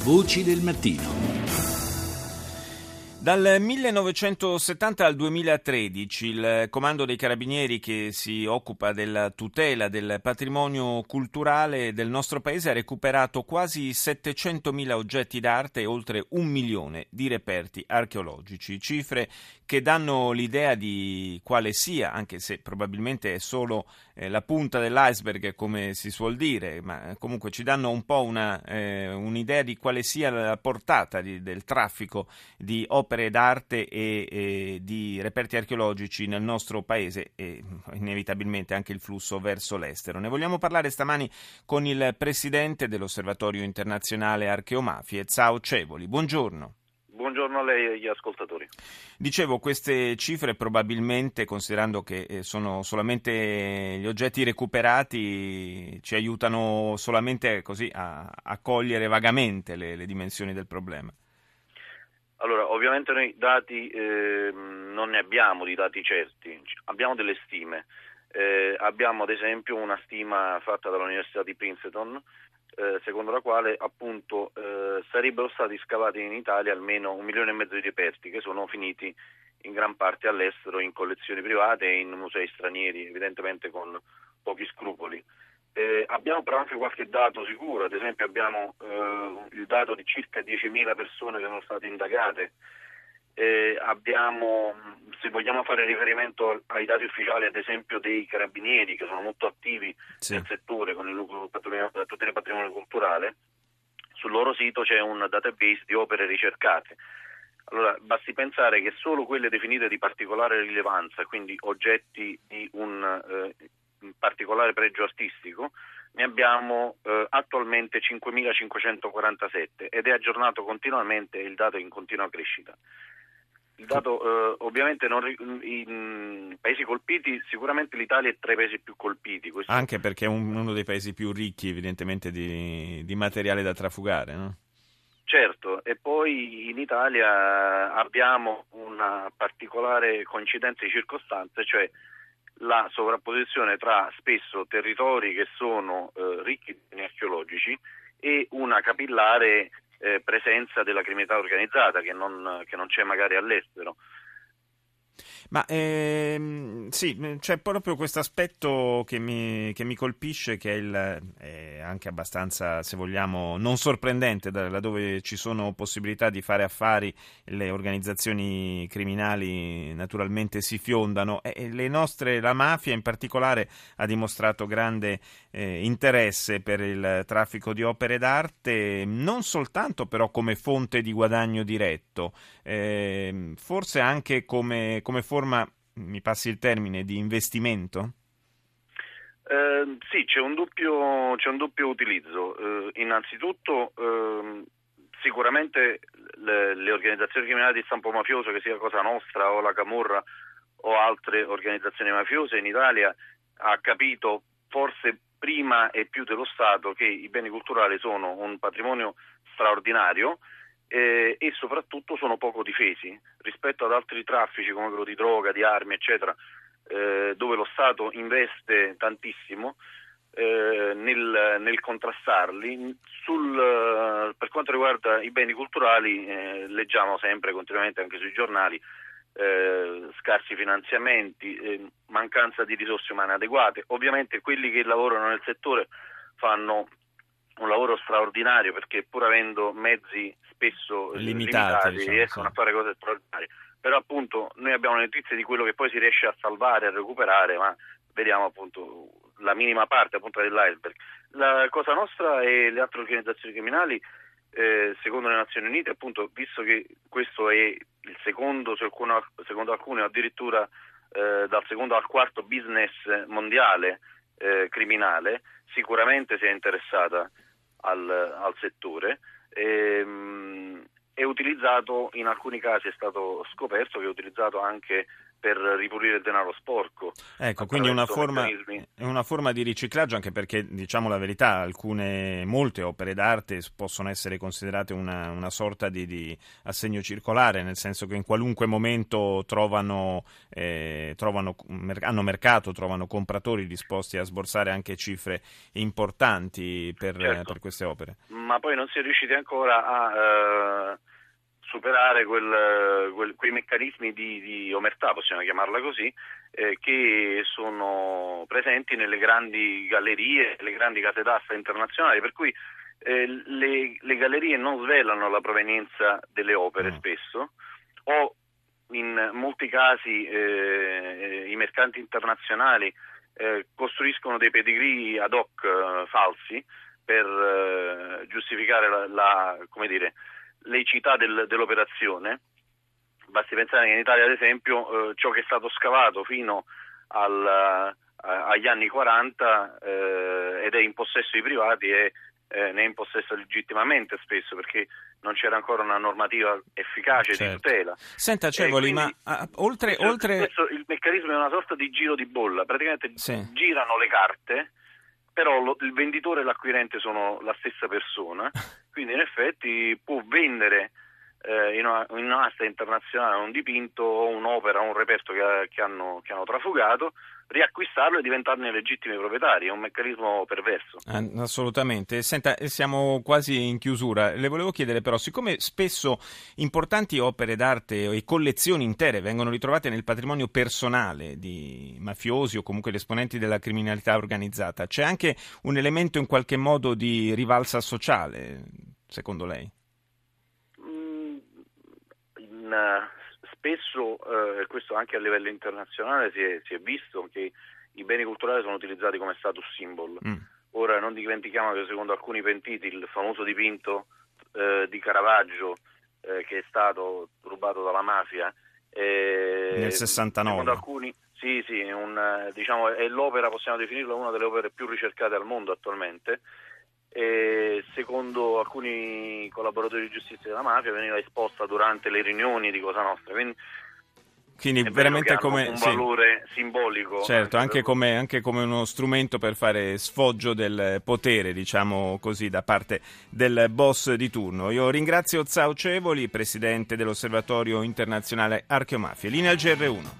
Voci del mattino. Dal 1970 al 2013 il Comando dei Carabinieri, che si occupa della tutela del patrimonio culturale del nostro paese, ha recuperato quasi 700.000 oggetti d'arte e oltre 1 milione di reperti archeologici, cifre che danno l'idea di quale sia, anche se probabilmente è solo la punta dell'iceberg, come si suol dire, ma comunque ci danno un po' un'idea di quale sia la portata del traffico di opere d'arte e di reperti archeologici nel nostro paese e inevitabilmente anche il flusso verso l'estero. Ne vogliamo parlare stamani con il presidente dell'Osservatorio Internazionale Archeomafie, Zao Cevoli. Buongiorno. Buongiorno a lei e agli ascoltatori. Dicevo, queste cifre probabilmente, considerando che sono solamente gli oggetti recuperati, ci aiutano solamente così a cogliere vagamente le dimensioni del problema. Allora, ovviamente noi dati non ne abbiamo di dati certi, abbiamo delle stime. Abbiamo ad esempio una stima fatta dall'Università di Princeton, secondo la quale appunto sarebbero stati scavati in Italia almeno 1,5 milioni di reperti che sono finiti in gran parte all'estero in collezioni private e in musei stranieri, evidentemente con pochi scrupoli. Abbiamo però anche qualche dato sicuro, ad esempio abbiamo il dato di circa 10.000 persone che sono state indagate. Abbiamo, se vogliamo fare riferimento ai dati ufficiali, ad esempio dei carabinieri che sono molto attivi nel settore con il nucleo della tutela del patrimonio culturale, sul loro sito c'è un database di opere ricercate. Allora, basti pensare che solo quelle definite di particolare rilevanza, quindi oggetti di un particolare pregio artistico, ne abbiamo attualmente 5.547 ed è aggiornato continuamente, il dato è in continua crescita. Il dato ovviamente in paesi colpiti, sicuramente l'Italia è tra i paesi più colpiti. Anche perché è uno dei paesi più ricchi evidentemente di materiale da trafugare, no? Certo, e poi in Italia abbiamo una particolare coincidenza di circostanze, cioè la sovrapposizione tra spesso territori che sono ricchi di beni archeologici e una capillare presenza della criminalità organizzata che non c'è magari all'estero. Ma sì, c'è proprio questo aspetto che mi colpisce, che è anche abbastanza, se vogliamo, non sorprendente, laddove ci sono possibilità di fare affari, le organizzazioni criminali naturalmente si fiondano e la mafia in particolare ha dimostrato grande interesse per il traffico di opere d'arte, non soltanto però come fonte di guadagno diretto, forse anche come forma, mi passi il termine, di investimento? Sì, c'è un doppio utilizzo. Innanzitutto sicuramente le organizzazioni criminali di stampo mafioso, che sia Cosa Nostra o la Camorra o altre organizzazioni mafiose in Italia, ha capito forse prima e più dello Stato che i beni culturali sono un patrimonio straordinario e soprattutto sono poco difesi rispetto ad altri traffici come quello di droga, di armi, eccetera, dove lo Stato investe tantissimo nel contrastarli. Per quanto riguarda i beni culturali, leggiamo sempre continuamente anche sui giornali scarsi finanziamenti, mancanza di risorse umane adeguate. Ovviamente quelli che lavorano nel settore fanno un lavoro straordinario, perché pur avendo mezzi spesso limitati diciamo, riescono a fare cose straordinarie. Però appunto noi abbiamo notizie di quello che poi si riesce a salvare, a recuperare, ma vediamo appunto la minima parte appunto dell'iceberg. La Cosa Nostra e le altre organizzazioni criminali, secondo le Nazioni Unite, appunto, visto che questo è il secondo, secondo alcuni addirittura dal secondo al quarto business mondiale criminale, sicuramente si è interessata al settore. È utilizzato, in alcuni casi è stato scoperto che è utilizzato anche per ripulire il denaro sporco. Ecco, quindi è una forma di riciclaggio, anche perché, diciamo la verità, molte opere d'arte possono essere considerate una sorta di assegno circolare, nel senso che in qualunque momento hanno mercato, trovano compratori disposti a sborsare anche cifre importanti per queste opere. Ma poi non si è riusciti ancora a superare quei meccanismi di omertà, possiamo chiamarla così, che sono presenti nelle grandi gallerie, le grandi case d'asta internazionali, per cui le gallerie non svelano la provenienza delle opere spesso, o in molti casi i mercanti internazionali costruiscono dei pedigree ad hoc falsi per giustificare come dire, l'eicità dell'operazione. Basti pensare che in Italia, ad esempio, ciò che è stato scavato fino agli anni 40 ed è in possesso di privati ne è in possesso legittimamente spesso, perché non c'era ancora una normativa efficace di tutela. Senta Acevoli, ma oltre... Spesso il meccanismo è una sorta di giro di bolla, praticamente girano le carte, però il venditore e l'acquirente sono la stessa persona, quindi in effetti può vendere in un'asta internazionale un dipinto o un'opera o un reperto che hanno trafugato, riacquistarlo e diventarne legittimi proprietari. È un meccanismo perverso. Assolutamente. Senta, siamo quasi in chiusura. Le volevo chiedere però, siccome spesso importanti opere d'arte e collezioni intere vengono ritrovate nel patrimonio personale di mafiosi o comunque di esponenti della criminalità organizzata, c'è anche un elemento in qualche modo di rivalsa sociale, secondo lei? Spesso, e questo anche a livello internazionale, si è visto che i beni culturali sono utilizzati come status symbol. Ora non dimentichiamo che secondo alcuni pentiti il famoso dipinto di Caravaggio che è stato rubato dalla mafia nel 69. Secondo alcuni diciamo è l'opera, possiamo definirla una delle opere più ricercate al mondo attualmente. Secondo alcuni collaboratori di giustizia della mafia veniva esposta durante le riunioni di Cosa Nostra, quindi veramente come un valore simbolico. Certo, anche come uno strumento per fare sfoggio del potere, diciamo così, da parte del boss di turno. Io ringrazio Zao Acevoli, presidente dell'Osservatorio Internazionale Archeomafie. Linea al GR1.